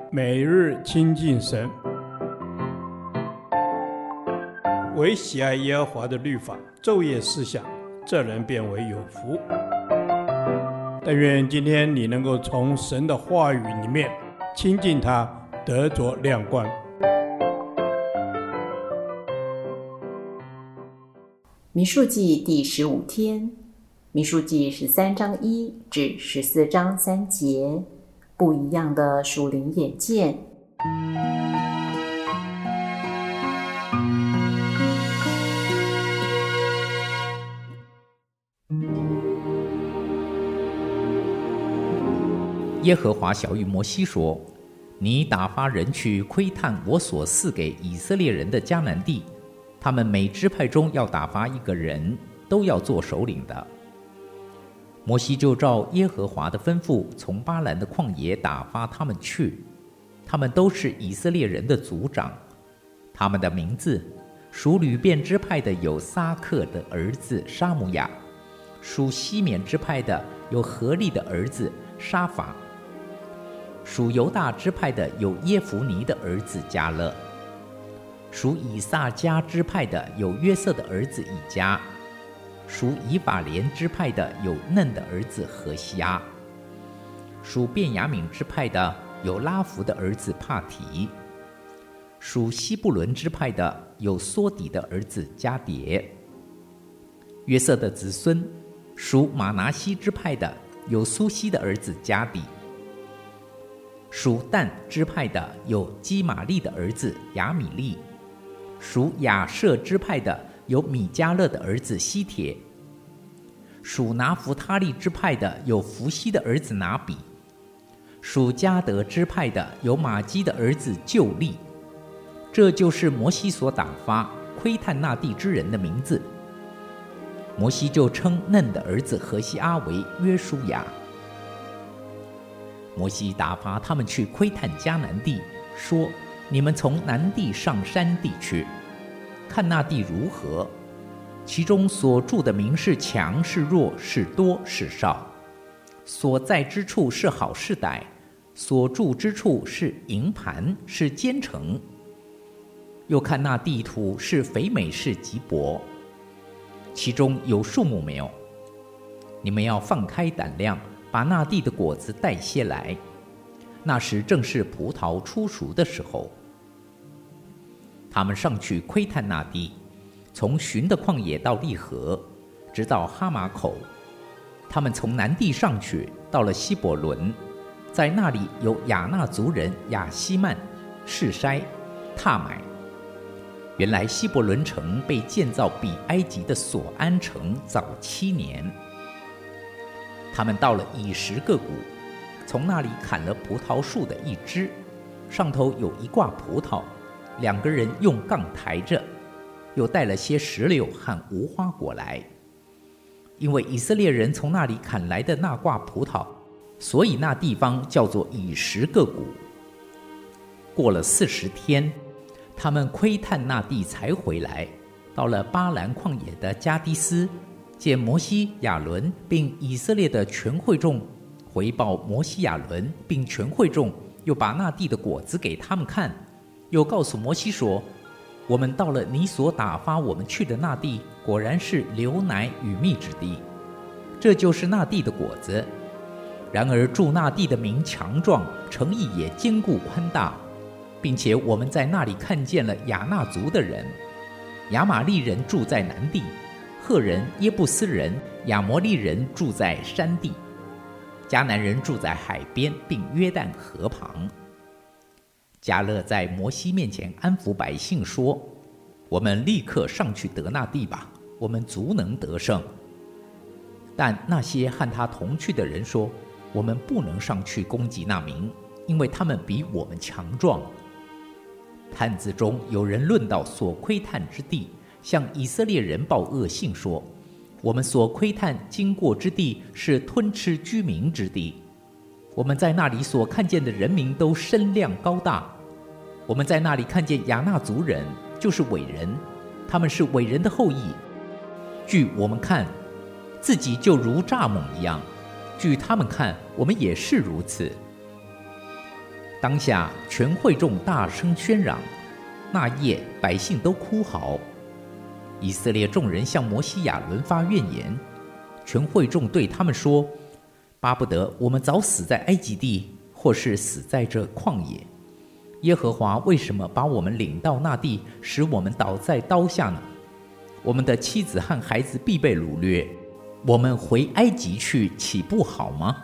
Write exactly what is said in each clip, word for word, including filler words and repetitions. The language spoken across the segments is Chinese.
每日亲近神，唯喜爱耶和华的律法，昼夜思想，这人变为有福。但愿今天你能够从神的话语里面亲近他，得着亮光。 民数记第十五天，民数记十三章一至十四章三节，不一样的属灵眼见。 耶和华晓谕摩西说：你打发人去窥探我所赐给以色列人的迦南地，他们每支派中要打发一个人，都要做首领的。摩西就照耶和华的吩咐，从巴兰的旷野打发他们去，他们都是以色列人的族长。他们的名字，属吕遍支派的有撒克的儿子沙姆亚，属西缅支派的有何利的儿子沙法，属犹大支派的有耶孚尼的儿子迦勒，属以撒迦支派的有约瑟的儿子以迦，属以法莲支派的有嫩的儿子何西阿，属便雅悯支派的有拉弗的儿子帕提，属西布伦支派的有梭底的儿子迦迭。约瑟的子孙，属马拿西支派的有苏西的儿子迦底，属但支派的有基玛利的儿子亚米利，属亚舍支派的有米迦勒的儿子西帖，属拿弗他利支派的有弗西的儿子拿比，属迦得支派的有玛基的儿子旧利。这就是摩西所打发窥探那地之人的名字。摩西就称嫩的儿子何西阿为约书亚。摩西打发他们去窥探迦南地，说：你们从南地上山地去，看那地如何，其中所住的民是强是弱，是多是少，所在之处是好是歹，所住之处是营盘是坚城。又看那地土是肥美是瘠薄，其中有树木没有。你们要放开胆量，把那地的果子带些来，那时正是葡萄出熟的时候。他们上去窥探那地，从寻的旷野到利河，直到哈马口。他们从南地上去，到了希伯伦，在那里有亚纳族人亚希曼、示筛、踏买。原来希伯伦城被建造比埃及的索安城早七年。他们到了以实各谷，从那里砍了葡萄树的一枝，上头有一挂葡萄，两个人用杠抬着，又带了些石榴和无花果来。因为以色列人从那里砍来的那挂葡萄，所以那地方叫做以实各谷。过了四十天，他们窥探那地才回来，到了巴兰旷野的加迪斯，见摩西、亚伦并以色列的全会众，回报摩西、亚伦并全会众，又把那地的果子给他们看，又告诉摩西说：我们到了你所打发我们去的那地，果然是流奶与蜜之地，这就是那地的果子。然而住那地的民强壮，城邑也坚固宽大，并且我们在那里看见了亚纳族的人，亚玛利人住在南地，赫人、耶布斯人、亚摩利人住在山地，迦南人住在海边，并约旦河旁。迦勒在摩西面前安抚百姓说：我们立刻上去得那地吧，我们足能得胜。但那些和他同去的人说：我们不能上去攻击那民，因为他们比我们强壮。探子中有人论到所窥探之地，向以色列人报恶信说：我们所窥探经过之地是吞吃居民之地，我们在那里所看见的人民都身量高大，我们在那里看见亚纳族人，就是伟人，他们是伟人的后裔。据我们看，自己就如蚱蜢一样；据他们看，我们也是如此。 当下全会众大声喧嚷，那夜百姓都哭嚎。以色列众人向摩西亚伦发怨言，全会众对他们说，巴不得我们早死在埃及地，或是死在这旷野。耶和华为什么把我们领到那地，使我们倒在刀下呢？我们的妻子和孩子必被掳掠，我们回埃及去，岂不好吗？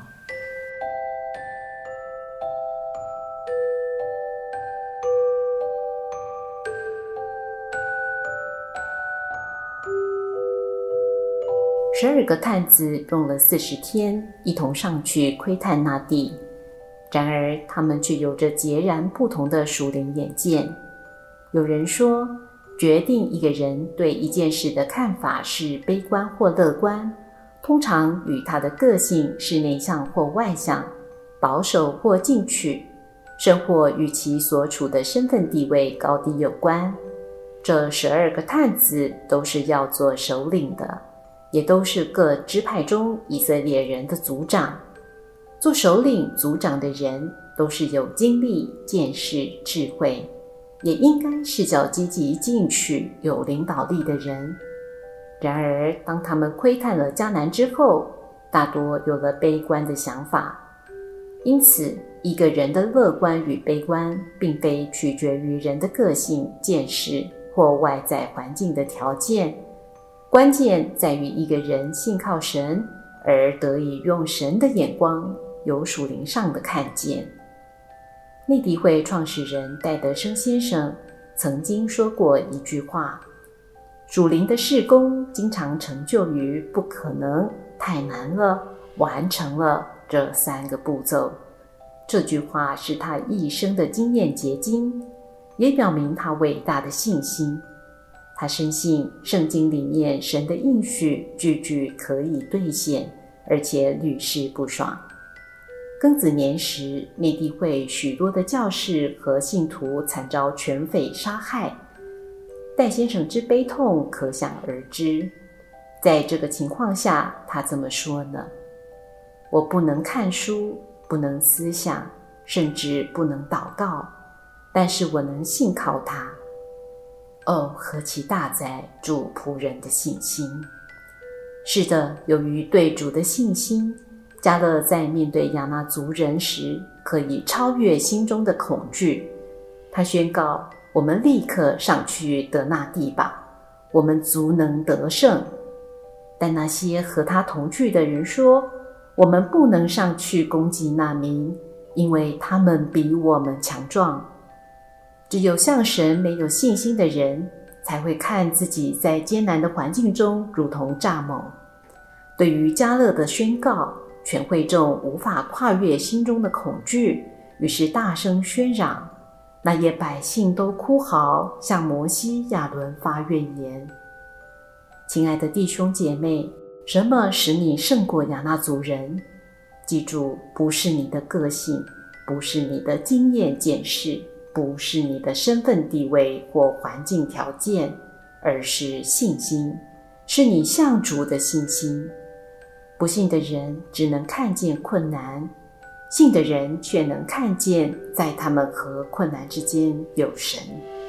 十二个探子用了四十天，一同上去窥探那地。然而，他们却有着截然不同的属灵眼见。有人说，决定一个人对一件事的看法是悲观或乐观，通常与他的个性是内向或外向，保守或进取，甚或与其所处的身份地位高低有关。这十二个探子都是要做首领的，也都是各支派中以色列人的族长。做首领族长的人都是有经历、见识、智慧，也应该是较积极进取、有领导力的人。然而当他们窥探了迦南之后，大多有了悲观的想法。因此一个人的乐观与悲观并非取决于人的个性、见识或外在环境的条件，关键在于一个人信靠神，而得以用神的眼光有属灵上的看见。内地会创始人戴德生先生曾经说过一句话，属灵的事工经常成就于不可能、太难了、完成了这三个步骤。这句话是他一生的经验结晶，也表明他伟大的信心。他深信圣经里面神的应许句句可以兑现，而且屡试不爽。庚子年时，内地会许多的教士和信徒惨遭犬匪杀害，戴先生之悲痛可想而知。在这个情况下，他怎么说呢？我不能看书，不能思想，甚至不能祷告，但是我能信靠他。哦，何其大哉主仆人的信心！是的，由于对主的信心，迦勒在面对亚衲族人时可以超越心中的恐惧。他宣告，我们立刻上去得那地吧，我们足能得胜。但那些和他同去的人说，我们不能上去攻击那民，因为他们比我们强壮。只有向神没有信心的人，才会看自己在艰难的环境中如同蚱蜢。对于迦勒的宣告，全会众无法跨越心中的恐惧，于是大声喧嚷。那夜百姓都哭嚎，向摩西、亚伦发怨言。亲爱的弟兄姐妹，什么使你胜过亚衲族人？记住，不是你的个性，不是你的经验见识，不是你的身份地位或环境条件，而是信心，是你向主的信心。不信的人只能看见困难，信的人却能看见在他们和困难之间有神。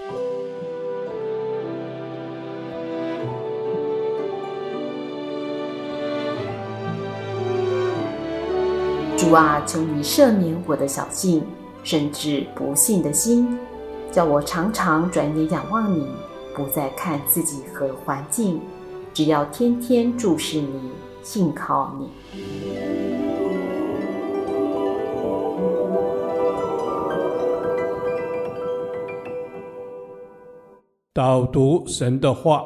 主啊，求你赦免我的小信，甚至不信的心，叫我常常转眼仰望你，不再看自己和环境，只要天天注视你，信靠你。 导读神的话。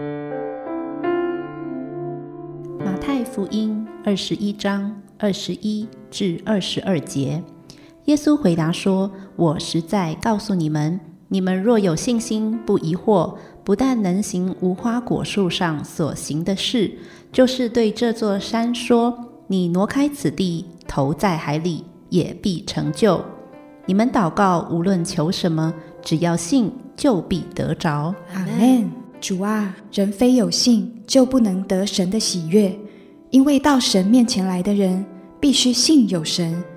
马太福音二十一章二十一至二十二节，耶稣回答说：我实在告诉你们，你们若有信心，不疑惑，不但能行无花果树上所行的事，就是对这座山说：你挪开此地，投在海里，也必成就。你们祷告无论求什么，只要信，就必得着。 阿们。主啊，人非有信，就不能得神的喜悦，因为到神面前来的人，必须信有神，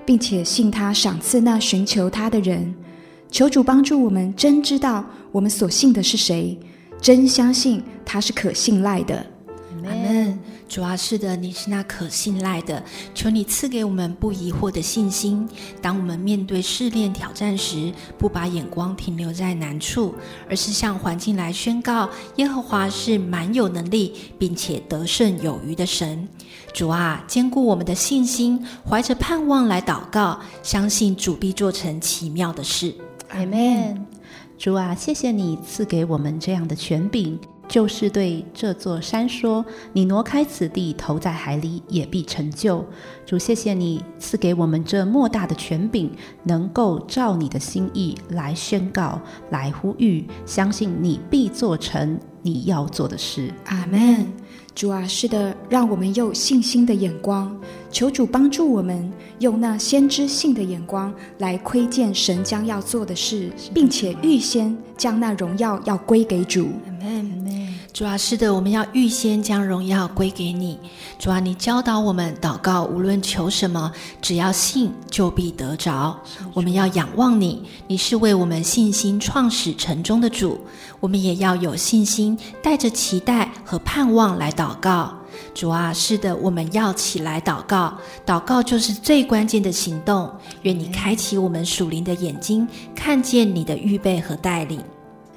并且信他赏赐那寻求他的人。求主帮助我们真知道我们所信的是谁，真相信他是可信赖的。 阿们。主啊，是的，你是那可信赖的，求你赐给我们不疑惑的信心。当我们面对试炼挑战时，不把眼光停留在难处，而是向环境来宣告，耶和华是满有能力并且得胜有余的神。主啊，坚固我们的信心，怀着盼望来祷告，相信主必做成奇妙的事。 阿们。主啊，谢谢你赐给我们这样的权柄，就是对这座山说，你挪开此地，投在海里，也必成就。主，谢谢你赐给我们这莫大的权柄，能够照你的心意来宣告，来呼吁，相信你必做成你要做的事。 阿们。主啊，是的，让我们用信心的眼光，求主帮助我们用那先知性的眼光来窥见神将要做的事，并且预先将那荣耀要归给主。 阿们。主啊，是的，我们要预先将荣耀归给你。主啊，你教导我们祷告，无论求什么，只要信就必得着。我们要仰望你，你是为我们信心创始成终的主，我们也要有信心，带着期待和盼望来祷告。主啊，是的，我们要起来祷告，祷告就是最关键的行动。愿你开启我们属灵的眼睛，看见你的预备和带领。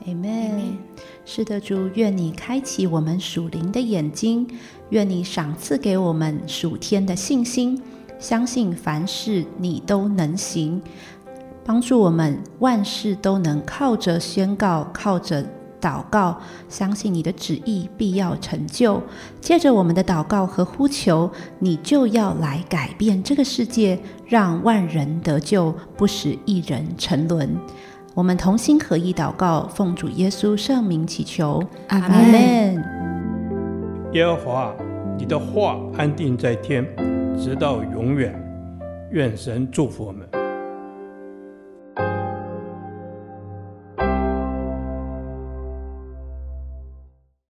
Amen。 是的，主，愿你开启我们属灵的眼睛，愿你赏赐给我们属天的信心，相信凡事你都能行，帮助我们万事都能靠着宣告，靠着祷告，相信你的旨意必要成就。借着我们的祷告和呼求，你就要来改变这个世界，让万人得救，不使一人沉沦。我们同心合意祷告，奉主耶稣圣名祈求， 阿阿们。 耶和华，你的话安定在天，直到永远。愿神祝福我们。